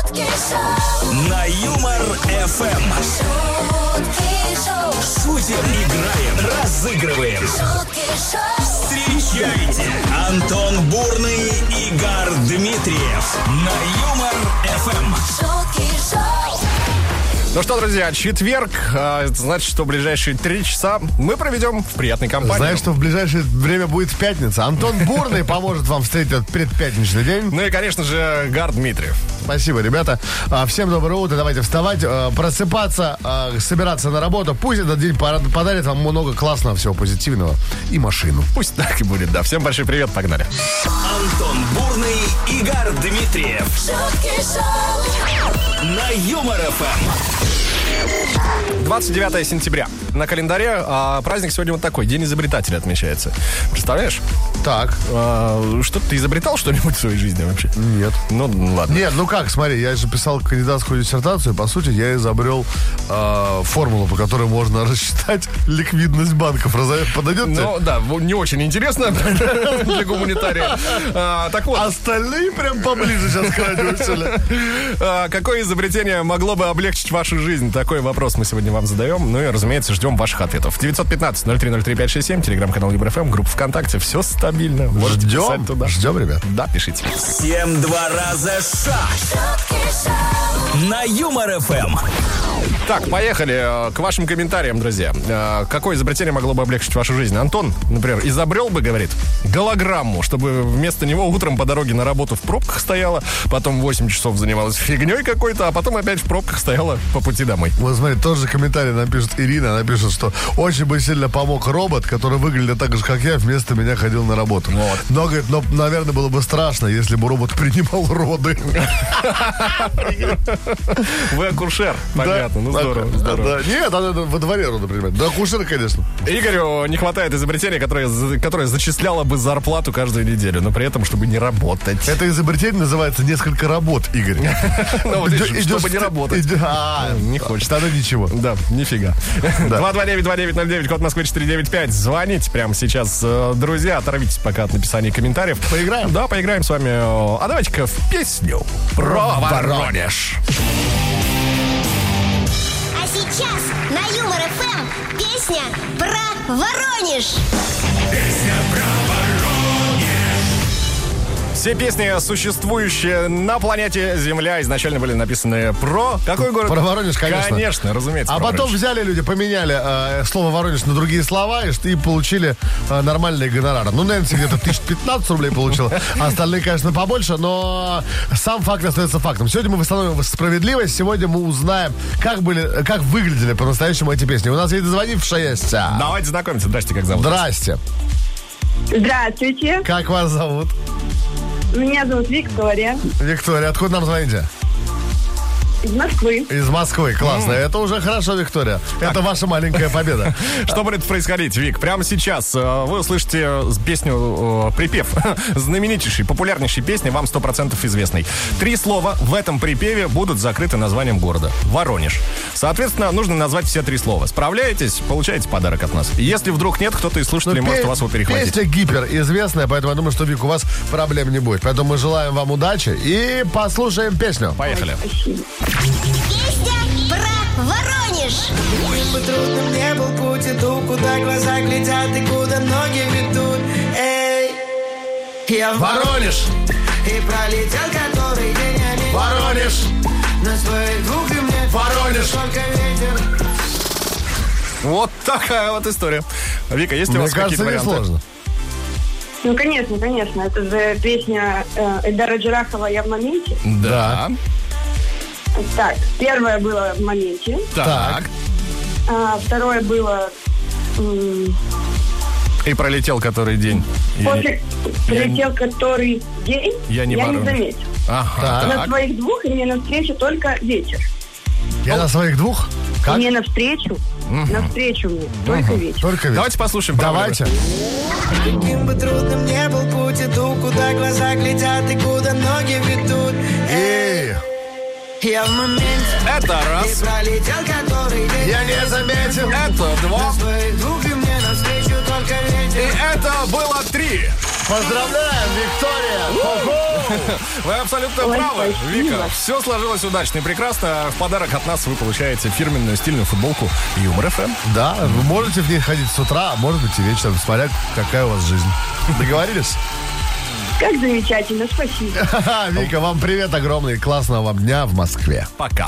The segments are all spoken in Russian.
На Юмор ФМ. Шутим, играем, разыгрываем. Встречайте, Антон Бурный, Игорь Дмитриев. На Юмор ФМ. Ну что, друзья, четверг, значит, что в ближайшие 3 часа мы проведем в приятной компании. Знаешь, что в ближайшее время будет пятница. Антон Бурный поможет вам встретить этот предпятничный день. Ну и, конечно же, Игорь Дмитриев. Спасибо, ребята. Всем доброе утро. Давайте вставать, просыпаться, собираться на работу. Пусть этот день подарит вам много классного, всего позитивного и машину. Пусть так и будет, да. Всем большой привет, погнали. Антон Бурный, Игорь Дмитриев. На Юмор ФМ. 29 сентября. На календаре праздник сегодня вот такой. День изобретателя отмечается. Представляешь? Так. Что, ты изобретал что-нибудь в своей жизни вообще? Нет. Ну, ладно. Нет, ну как, смотри, я же писал кандидатскую диссертацию. По сути, я изобрел формулу, по которой можно рассчитать ликвидность банков. Подойдет тебе? Ну, да, не очень интересно для гуманитария. Так вот. Остальные прям поближе сейчас к радио сели. Какое изобретение могло бы облегчить вашу жизнь? Такой вопрос мы сегодня вам задаем. Ну и, разумеется, ждем ваших ответов. 915-0303-567, телеграм-канал ЮбрФМ, группа ВКонтакте. Все стабильно. Можете писать туда. Ждем, ребят. Да, пишите. Всем 2 раза шаг. На Юмор ФМ. Так, поехали к вашим комментариям, друзья. Какое изобретение могло бы облегчить вашу жизнь? Антон, например, изобрел бы, говорит, голограмму, чтобы вместо него утром по дороге на работу в пробках стояла, потом 8 часов занималась фигней какой-то, а потом опять в пробках стояла по пути домой. Вот смотри, тот же комментарий напишет Ирина. Она пишет, что очень бы сильно помог робот, который выглядит так же, как я, вместо меня ходил на работу. Вот. Но, говорит, наверное, было бы страшно, если бы робот принимал роды. Вы акушер, понятно, ну здорово. Нет, она во дворе роды принимает. Да, акушер, конечно. Игорю не хватает изобретения, которое зачисляло бы зарплату каждую неделю, но при этом, чтобы не работать. Это изобретение называется «Несколько работ», Игорь. Чтобы не работать. Не хочется. Тогда ничего. Да, нифига. 229-2909, код Москвы 495. Звоните прямо сейчас. Друзья, оторвитесь пока от написания комментариев. Поиграем? Да, поиграем с вами. А давайте-ка в песню про Воронеж. А сейчас на Юмор ФМ песня про Воронеж. Песня про Воронеж. Все песни, существующие на планете Земля, изначально были написаны про... Какой город? Про Воронеж, конечно. Конечно, разумеется. А потом Воронеж. взяли люди, поменяли слово «Воронеж» на другие слова и получили нормальные гонорары. Ну, Нэнси где-то 1015 рублей получила, а остальные, конечно, побольше, но сам факт остается фактом. Сегодня мы восстановим справедливость, сегодня мы узнаем, как выглядели по-настоящему эти песни. У нас есть дозвонившаяся. Давайте знакомиться. Здрасте, как зовут? Здрасте. Здравствуйте. Как вас зовут? Меня зовут Виктория. Виктория, откуда нам звоните? Из Москвы. Из Москвы, классно. Это уже хорошо, Виктория. Это ваша маленькая победа. Что будет происходить, Вик? Прямо сейчас вы услышите песню, припев знаменитейшей, популярнейшей песни, вам 100% известной. 3 слова в этом припеве будут закрыты названием города. Воронеж. Соответственно, нужно назвать все 3 слова. Справляетесь, получаете подарок от нас. Если вдруг нет, кто-то из слушателей может у вас его перехватить. Песня гиперизвестная, поэтому я думаю, что, Вик, у вас проблем не будет. Поэтому мы желаем вам удачи и послушаем песню. Поехали. Песня про Воронеж. Каким бы трудным не был путь, иду, куда глаза глядят и куда ноги ведут. Эй, я в Воронеж! И пролетел который день, а не Воронеж! на своих 2 ремнях. Воронеж! Только ветер. Вот такая вот история. Вика, есть ли у вас какие-то варианты? Мне кажется, Ну, конечно. Это же песня Эльдара Джарахова «Я в моменте». Да. Так, первое было «В моменте». Так. Второе было... И пролетел который день. Пролетел который день, Я не заметил. Ага, На так. своих 2 и мне навстречу только ветер. Я на своих 2? Как? Мне навстречу мне только ветер. Только ведь. Давайте послушаем. Давайте. Каким бы трудным не был путь, иду, куда глаза глядят и куда ноги ведут. Эй! Я в моменте. Это И раз. пролетел который день. Я не заметил. Это 2. На своих 2 и мне навстречу только И ветер. это было 3. Поздравляем, Виктория! Вы абсолютно Ой, правы, спасибо. Вика. Все сложилось удачно и прекрасно. В подарок от нас вы получаете фирменную стильную футболку Юмор ФМ. Да, вы можете в ней ходить с утра, а может быть и вечером, смотря какая у вас жизнь. Договорились? Как замечательно, спасибо. Вика, вам привет огромный. Классного вам дня в Москве. Пока.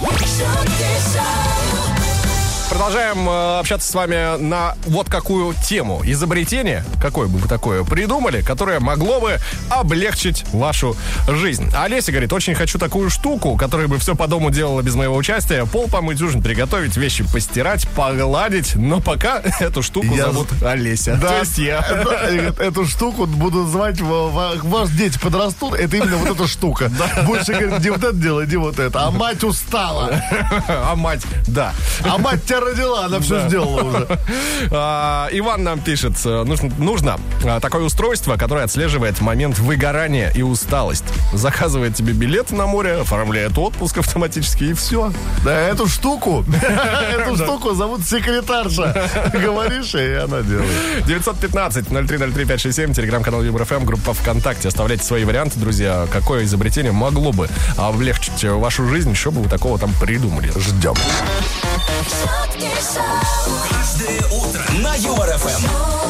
Продолжаем общаться с вами на вот какую тему. Изобретение, какое бы вы такое придумали, которое могло бы облегчить вашу жизнь. Олеся говорит, очень хочу такую штуку, которая бы все по дому делала без моего участия. Пол помыть, ужин приготовить, вещи постирать, погладить. Но пока эту штуку зовут Олеся. Да, То есть я. Эту штуку буду звать, ваши дети подрастут, это именно вот эта штука. Больше говорит, иди вот это делай, иди вот это. А мать устала. А мать, да. А мать тебя родила, она все сделала уже. Иван нам пишет, нужно такое устройство, которое отслеживает момент выгорания и усталость. Заказывает тебе билет на море, оформляет отпуск автоматически и все. Да, эту штуку зовут секретарша. Говоришь, и она делает. 915-0303-567, телеграм-канал Юмор ФМ, группа ВКонтакте. Оставляйте свои варианты, друзья. Какое изобретение могло бы облегчить вашу жизнь? Что бы вы такого там придумали? Ждем. Каждое утро на Юмор ФМ.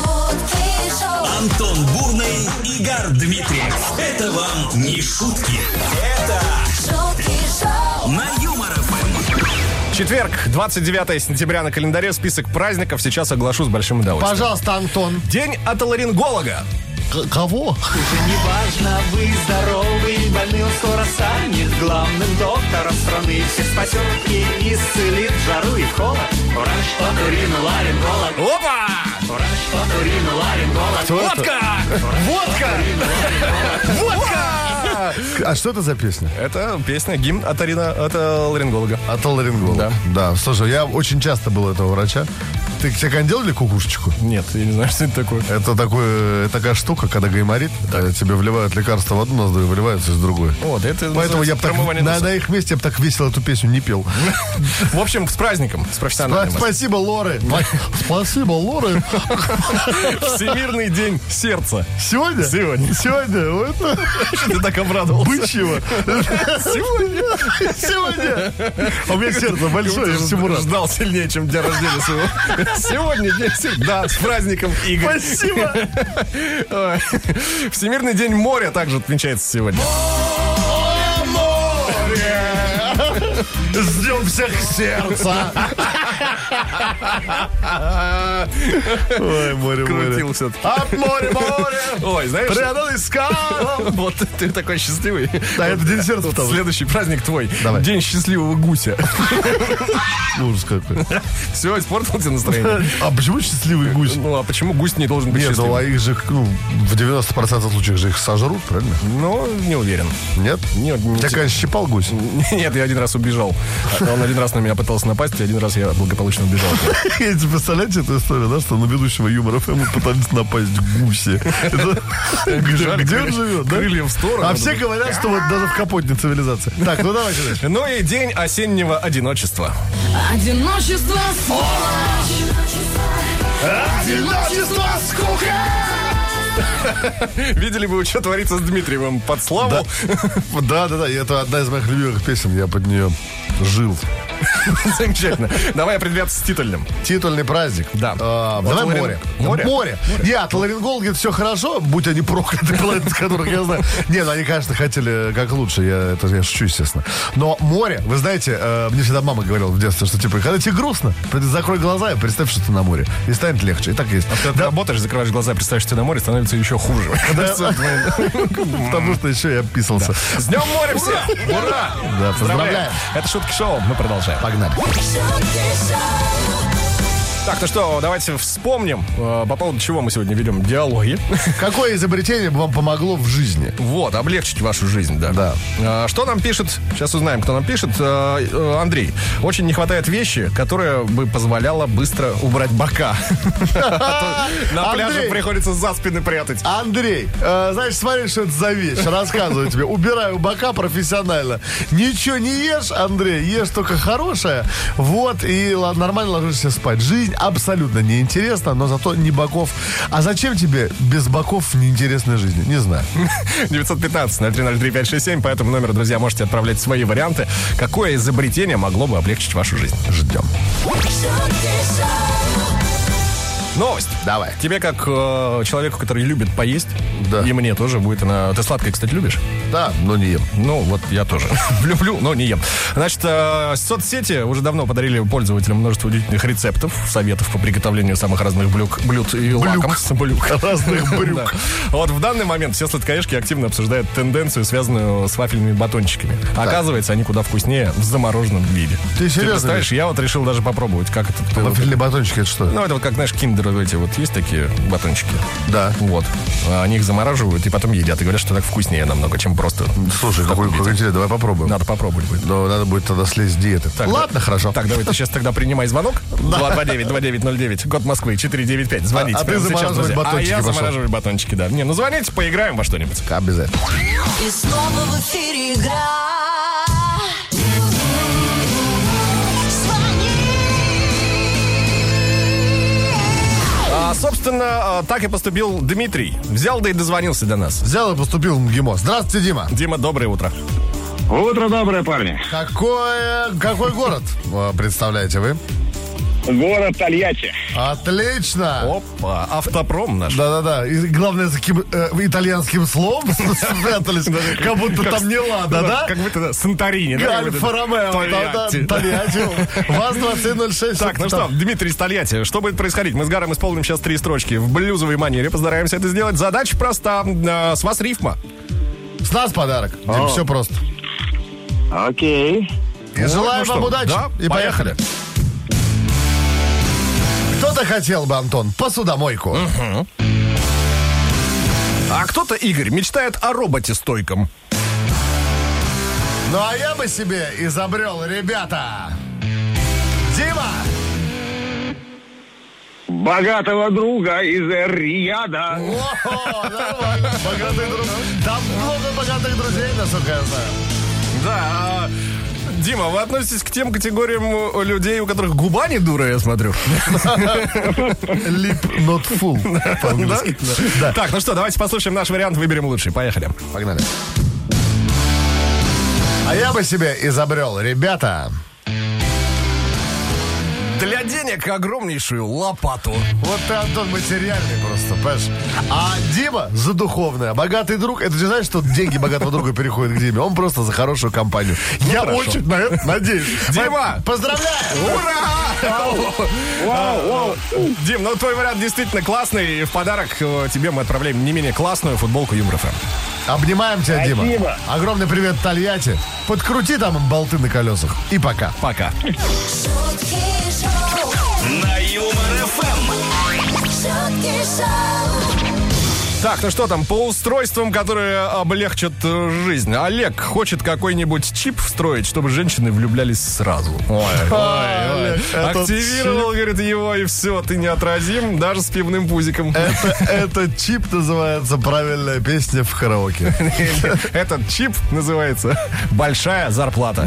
Антон Бурный, Игорь Дмитриев. Это вам не шутки. Это на Юмор ФМ. Четверг, 29 сентября на календаре. Список праздников сейчас оглашу с большим удовольствием. Пожалуйста, Антон. День отоларинголога. Кого? Неважно, вы здоровы или больны, он скоро станет главным доктором страны. Всех спасет и исцелит в жару и в холод. Врач-оториноларинголог. Опа! Врач-оториноларинголог. Водка! Водка! Водка! А что это за песня? Это песня, гимн отоларинголога. Отоларинголог. Да. Слушай, я очень часто был у этого врача. Ты тебе делали кукушечку? Нет, я не знаю, что это такое. Это такая штука, когда гайморит, тебе вливают лекарство в одну ноздрю, выливаются из другой. Вот, это Поэтому я бы так, на их месте я бы так весело эту песню не пел. В общем, с праздником, с профессиональным. Спасибо, Лоры. Спасибо, Лоры. Всемирный день сердца. Сегодня? Сегодня. Сегодня? Что ты так обрадовался? Бычьего. Сегодня. А у меня сердце большое, я всему рад. Ждал сильнее, чем день рождения своего. Сегодня день сердца. Да, с праздником, Игорь. Спасибо. Ой. Всемирный день моря также отмечается сегодня. Ждем всех сердца. Ой, море, Крутил все. От моря, море. Ой, знаешь... Прядал искал. Вот ты такой счастливый. Да, это день сердца. Вот следующий праздник твой. Давай. День счастливого гуся. Ужас какой. Все, испортил тебе настроение. А почему счастливый гусь? Ну, а почему гусь не должен быть Нет, ну, счастливым? а их же, в 90% случаев же их сожрут, правильно? Ну, не уверен. Нет? Нет, Тебя, конечно, щипал гусь. Нет, я один раз убежал. Он один раз на меня пытался напасть, и один раз я благополучно убежал. Я тебе представляете эту историю, да, что на ведущего Юмор ФМ пытались напасть гуси. Где он живет, да? Крылья в сторону. А все говорят, что вот даже в Капоте не цивилизация. Так, ну давайте дальше. Ну и день осеннего одиночества. Одиночество, Одиночество, скука! Видели бы, что творится с Дмитриевым под славу? Да, и это одна из моих любимых песен, я под нее жил. Замечательно. Давай определяться с титульным. Титульный праздник. Да. Давай море. Море. Нет, ларингологи это все хорошо, будь они прокляты, из которых я знаю. Нет, они, конечно, хотели как лучше, я шучу, естественно. Но море, вы знаете, мне всегда мама говорила в детстве, что типа, когда тебе грустно, закрой глаза и представь, что ты на море. И станет легче. И так есть. А когда ты работаешь, закрываешь глаза, представляешь, что ты на море, становится еще хуже. Потому что еще я описался. С Днем моря всех! Ура! Да, поздравляем. Это Шутки Шоу, мы продолжаем. Погнали. Так, ну что, давайте вспомним, по поводу чего мы сегодня ведем диалоги. Какое изобретение бы вам помогло в жизни? Вот, облегчить вашу жизнь, да. Да. Что нам пишет, сейчас узнаем, кто нам пишет. Андрей, очень не хватает вещи, которая бы позволяла быстро убрать бока. На пляже приходится за спины прятать. Андрей, значит, смотри, что это за вещь. Рассказываю тебе. Убираю бока профессионально. Ничего не ешь, Андрей, ешь только хорошее. Вот, и нормально ложишься спать. Жизнь жизнь абсолютно неинтересна, но зато не боков. А зачем тебе без боков в неинтересной жизни? Не знаю. 915-0303-567. По этому номеру, друзья, можете отправлять свои варианты. Какое изобретение могло бы облегчить вашу жизнь? Ждем. Новость. Давай. Тебе, как человеку, который любит поесть, Да. и мне тоже будет она... Ты сладкое, кстати, любишь? Да, но не ем. Ну, вот я тоже. Люблю, но не ем. Значит, соцсети уже давно подарили пользователям множество удивительных рецептов, советов по приготовлению самых разных блюд и лакомств. Разных брюк. Да. Вот в данный момент все сладкоежки активно обсуждают тенденцию, связанную с вафельными батончиками. Оказывается, они куда вкуснее в замороженном виде. Ты серьезно? Представляешь, я вот решил даже попробовать, как это... Вафельные батончики, это что? Ну, это вот как, знаешь, киндеры эти вот есть такие батончики? Да. Вот. Они их замораживают и потом едят. И говорят, что так вкуснее намного, чем просто... Слушай, какой интересный, давай попробуем. Надо попробовать будет. Но надо будет тогда слезть с диеты. Так, ладно, хорошо. Так, давай ты сейчас тогда принимай звонок. 229-2909, код Москвы, 495. Звоните. А ты прямо сейчас, замораживать друзья. батончики я пошел. замораживаю батончики, да. Не, ну звоните, поиграем во что-нибудь. Обязательно. И снова в эфире игра. Собственно, так и поступил Дмитрий. Взял, да и дозвонился до нас. Взял и поступил в МГИМО. Здравствуйте, Дима. Дима, доброе утро. Утро доброе, парни. Какой город представляете вы? Город Тольятти. Отлично. Опа, автопром наш. Да-да-да. И главное, с каким итальянским словом спрятались, как будто там не ладно, да? Как будто Санторини. да? Альфа-Ромео. Тольятти. Тольятти. ВАЗ-2106. Так, ну что, Дмитрий из Тольятти, что будет происходить? Мы с Гаром исполним сейчас 3 строчки в блюзовой манере. Постараемся это сделать. Задача проста. С вас рифма. С нас подарок. Дим, все просто. Окей. И желаем вам удачи. Да, И поехали. Кто-то хотел бы, Антон, посудомойку. А кто-то, Игорь, мечтает о роботе стойком. Ну а я бы себе изобрел, ребята. Дима! Богатого друга из Эр-Рияда. О, нормально. Богатый друг. Там много богатых друзей, насколько я знаю. Да, Дима, вы относитесь к тем категориям людей, у которых губа не дура, я смотрю. Lip not full. По-английски. Да. Так, ну что, давайте послушаем наш вариант, выберем лучший. Поехали. Погнали. А я бы себе изобрел, ребята. Для денег огромнейшую лопату. Вот ты, Антон, материальный просто, понимаешь? А Дима за духовное. Богатый друг, это же знаешь, что деньги богатого друга переходят к Диме. Он просто за хорошую компанию. Я хорошо. очень на это надеюсь. Дима! Поздравляю! Ура! Дим, ну твой вариант действительно классный. И в подарок тебе мы отправляем не менее классную футболку Юмор ФМ. Обнимаем тебя, Дима. Спасибо. Огромный привет, Тольятти. Подкрути там болты на колесах. И пока. Пока. Шутки шоу. На Юмор ФМ. Шутки шоу. Так, ну что там, по устройствам, которые облегчат жизнь. Олег хочет какой-нибудь чип встроить, чтобы женщины влюблялись сразу. Ой. Этот Активировал, говорит, его, и все, ты неотразим, даже с пивным пузиком. Этот чип называется «Правильная песня в караоке». Этот чип называется «Большая зарплата».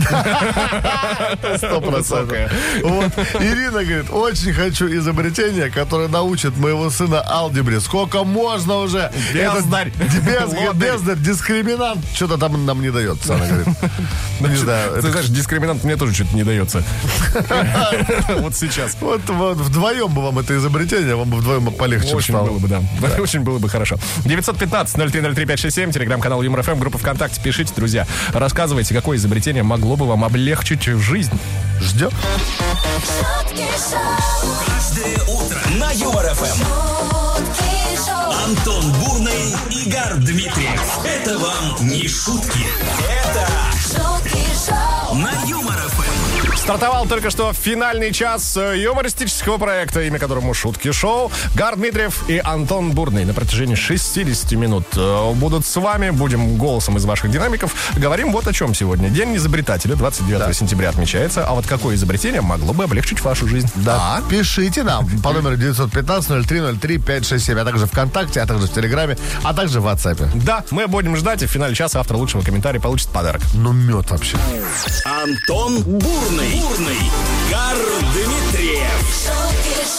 100%. Вот. Ирина говорит, очень хочу изобретение, которое научит моего сына алгебре. Сколько можно уже? Бездарь. Бездарь, дискриминант. Что-то там нам не дается, она говорит. Ну, не знаю. Ты знаешь, дискриминант мне тоже что-то не дается. Вот сейчас. Вот вдвоем бы вам это изобретение, вам бы вдвоем полегче Очень стало. было бы, да. Очень было бы хорошо. 915-0303-567, телеграм-канал Юмор ФМ, группа ВКонтакте. Пишите, друзья. Рассказывайте, какое изобретение могло бы вам облегчить жизнь. Ждем. Шутки шоу. Каждое утро на Юмор ФМ. Шутки шоу. Антон Бурный, Игорь Дмитриев. Это вам не шутки. Это Шутки шоу. на Юмор ФМ. Стартовал только что финальный час юмористического проекта, имя которому «Шутки шоу». Гар Дмитриев и Антон Бурный на протяжении 60 минут будут с вами. Будем голосом из ваших динамиков. Говорим вот о чем сегодня. День изобретателя, 29 сентября отмечается. А вот какое изобретение могло бы облегчить вашу жизнь? Да, пишите нам по номеру 915-0303-567, а также ВКонтакте, а также в Телеграме, а также в WhatsApp. Да, мы будем ждать, и в финале часа автор лучшего комментария получит подарок. Ну, мед вообще. Антон Бурный. Гар Дмитриев. Шутки шоу.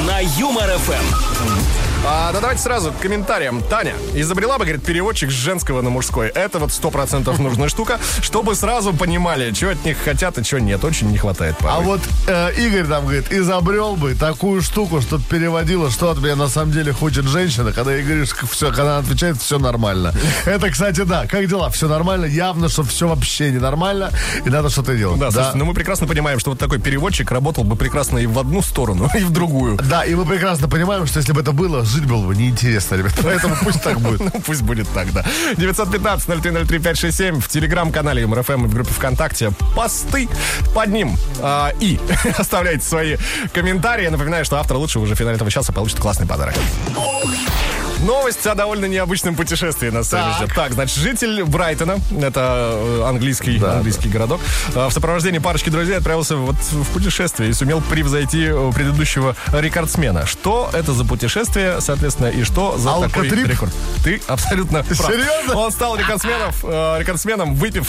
на Юмор ФМ. Да давайте сразу к комментариям. Таня изобрела бы, говорит, переводчик с женского на мужской. Это вот 100% нужная штука, чтобы сразу понимали, что от них хотят и что нет. Очень не хватает порой. А вот Игорь там говорит, изобрел бы такую штуку, чтобы переводила, что от меня на самом деле хочет женщина, когда ей говоришь, все, когда она отвечает, все нормально. Это, кстати, да. Как дела? Все нормально? Явно, что все вообще ненормально, и надо что-то делать. Да, слушайте, но мы прекрасно понимаем, что вот такой переводчик работал бы прекрасно и в одну сторону, и в другую. Да, и мы прекрасно понимаем, что если бы это было, жить было бы неинтересно, ребят. Поэтому пусть так будет. Ну, пусть будет так, да. 915-0303-567 в телеграм-канале Юмор ФМ и в группе ВКонтакте. Посты под ним. И оставляйте свои комментарии. Напоминаю, что автор лучшего уже в финале этого часа получит классный подарок. Новость о довольно необычном путешествии нас ждет. Так, значит, житель Брайтона, это английский городок, в сопровождении парочки друзей отправился вот в путешествие и сумел превзойти предыдущего рекордсмена. Что это за путешествие, соответственно, и что за такой рекорд? Ты абсолютно прав. Серьезно? Он стал рекордсменом, выпив в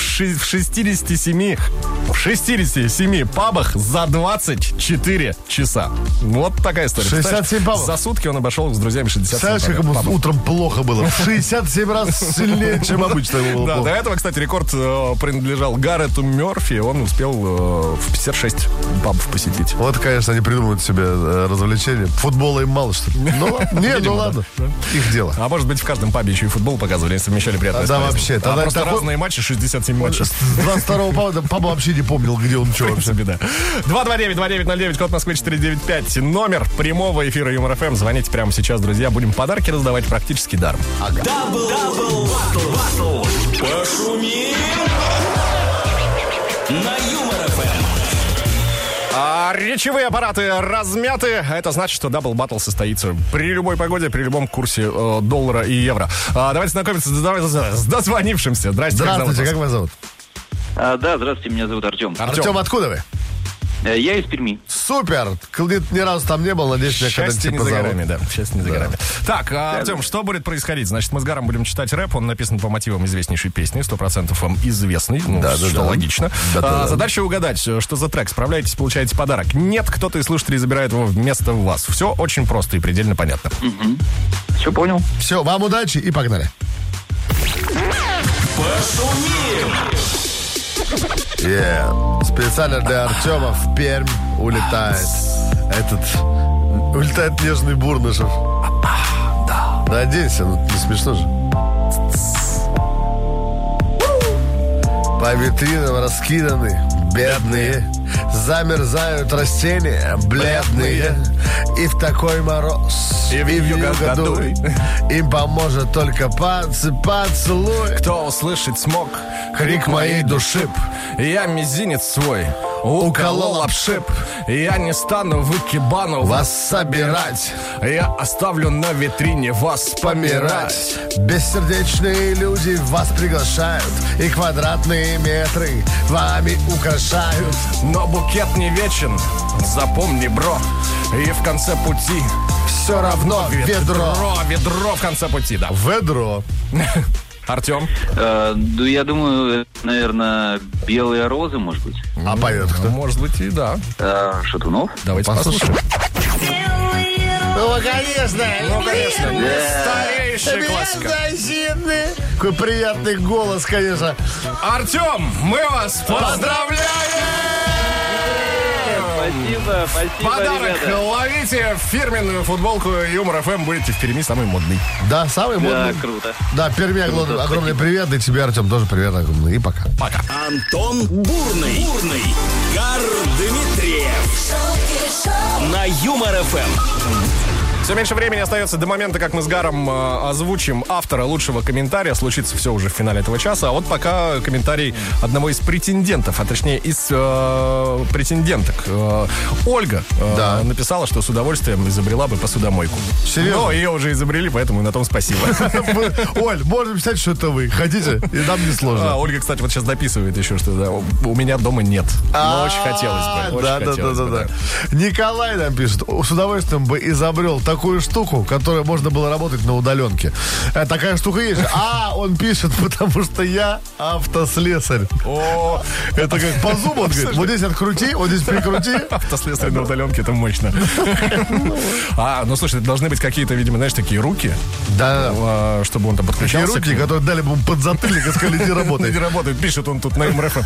67 пабах за 24 часа. Вот такая история. 67 пабов? За сутки он обошел с друзьями 67 пабов. Утром плохо было. 67 раз сильнее, чем обычно было. Да, до этого, кстати, рекорд принадлежал Гаррету Мерфи. Он успел в 56 пабов посетить. Вот, конечно, они придумывают себе развлечения. Футбола им мало, что ли? Ну, нет, ну ладно. Их дело. А может быть, в каждом пабе еще и футбол показывали, они совмещали приятное. Да, вообще. Просто разные матчи, 67 матчей. С 22-го паба вообще не помнил, где он, что вообще. 229-2909, код Москвы 495. Номер прямого эфира Юмор ФМ. Звоните прямо сейчас, друзья. Будем подарки раздавать практически даром. Дабл батл. Пошумим на Юмор ФМ. Речевые аппараты размяты. Это значит, что дабл баттл состоится при любой погоде, при любом курсе доллара и евро. Давайте знакомиться с дозвонившимся. Здравствуйте, как вас зовут? Да, здравствуйте, меня зовут Артем. Артем, откуда вы? Я из Перми. Супер! Ни разу там не был, надеюсь, меня счастье не за горами, да. Счастье не за горами. Так, Да. Артем, что будет происходить? Значит, мы с Гаром будем читать рэп. Он написан по мотивам известнейшей песни. 100% вам известный. Ну, что логично. Задача угадать, что за трек. Справляетесь, получаете подарок. Нет, кто-то из слушателей забирает его вместо вас. Все очень просто и предельно понятно. Все понял. Все, вам удачи и погнали. Пошумим. Специально для Артема в Пермь улетает нежный Бурнышев. Да, оденься, ну не смешно же. По витринам раскиданы бедные, замерзают растения бледные. И в такой мороз, и в вьюгодуй им поможет только поцелуй. Кто услышит смог Крик моей души. Я мизинец свой уколол обшип. Я не стану в икебану Вас собирать, Я оставлю на витрине вас помирать. Бессердечные люди вас приглашают, и квадратные метры вами украшают. Но букет не вечен, запомни, бро. И в конце пути Все равно ведро. Ведро в конце пути, да. Ведро. Артем? Я думаю, наверное, белые розы, может быть. А поет кто? Может быть и да. Шатунов. Давайте послушаем. Ну, конечно. Старейшая классика. Какой приятный голос, конечно. Артем, мы вас поздравляем! Спасибо, Подарок ребята. ловите фирменную футболку Юмор ФМ. Будете в Перми самый модный. Да, самый модный. Да, круто. Да, Перми огромный привет. И тебе, Артем, тоже привет огромный. И пока. Пока. Антон Бурный. Гар Дмитриев. На Юмор ФМ. Все меньше времени остается до момента, как мы с Гаром озвучим автора лучшего комментария. Случится все уже в финале этого часа. А вот пока комментарий одного из претендентов, а точнее из претенденток. Ольга написала, что с удовольствием изобрела бы посудомойку. Серьезно? Но ее уже изобрели, поэтому на том спасибо. Оль, можно писать, что это вы. Хотите? И нам не сложно. Ольга, кстати, вот сейчас дописывает еще, что у меня дома нет. Но очень хотелось бы. Да. Николай нам пишет, с удовольствием бы изобрел такую такую штуку, которой можно было работать на удаленке. Такая штука есть же. Он пишет, потому что я автослесарь. О, Это как по зубу, он говорит, вот здесь открути, вот здесь прикрути. автослесарь на удаленке, это мощно. Ну слушай, это должны быть какие-то, видимо, знаешь, такие руки, Да. чтобы он там Такие подключался. руки, которые дали бы ему подзатыльник и сказали, иди работай. Не работает, пишет он тут на МРФ.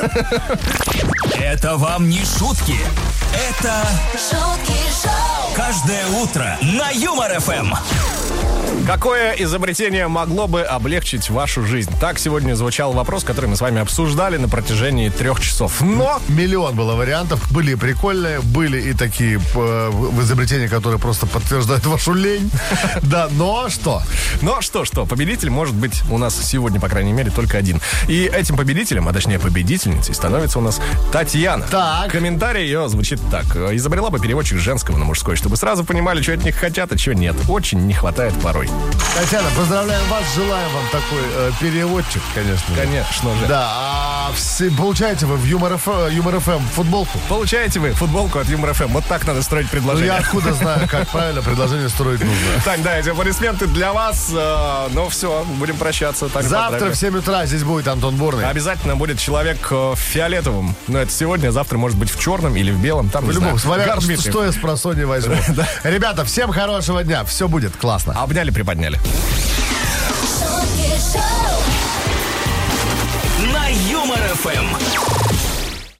Это вам не шутки. Это шутки шоу, каждое утро на Юмор ФМ. Какое изобретение могло бы облегчить вашу жизнь? Так сегодня звучал вопрос, который мы с вами обсуждали на протяжении 3 часов. Но Миллион было вариантов. Были и прикольные, были и такие изобретения, которые просто подтверждают вашу лень. Да, но что? победитель может быть у нас сегодня, по крайней мере, только один. И этим победителем, а точнее победительницей, становится у нас Татьяна. Так. Комментарий ее звучит так. Изобрела бы переводчик с женского на мужской, чтобы сразу понимали, что от них хотят, а чего нет. Очень не хватает порой. Татьяна, поздравляем вас, желаем вам такой переводчик, конечно. Конечно же. Да, получаете вы в Юмор ФМ футболку? Получаете вы футболку от Юмор ФМ. Вот так надо строить Ну, предложение. я откуда знаю, как правильно предложение строить нужно. Тань, да, эти аплодисменты для вас. Ну все, будем прощаться. Таню Завтра поздравили. в 7 утра здесь будет Антон Бурный. Обязательно будет человек в фиолетовом. Но это сегодня, завтра может быть в черном или в белом. Там, В не любом, знаю. смотря Гар Дмитриев. что я с просонья возьму. Ребята, всем хорошего дня. Все будет классно. Обняли, приподняли. шутки шоу. На Юмор ФМ.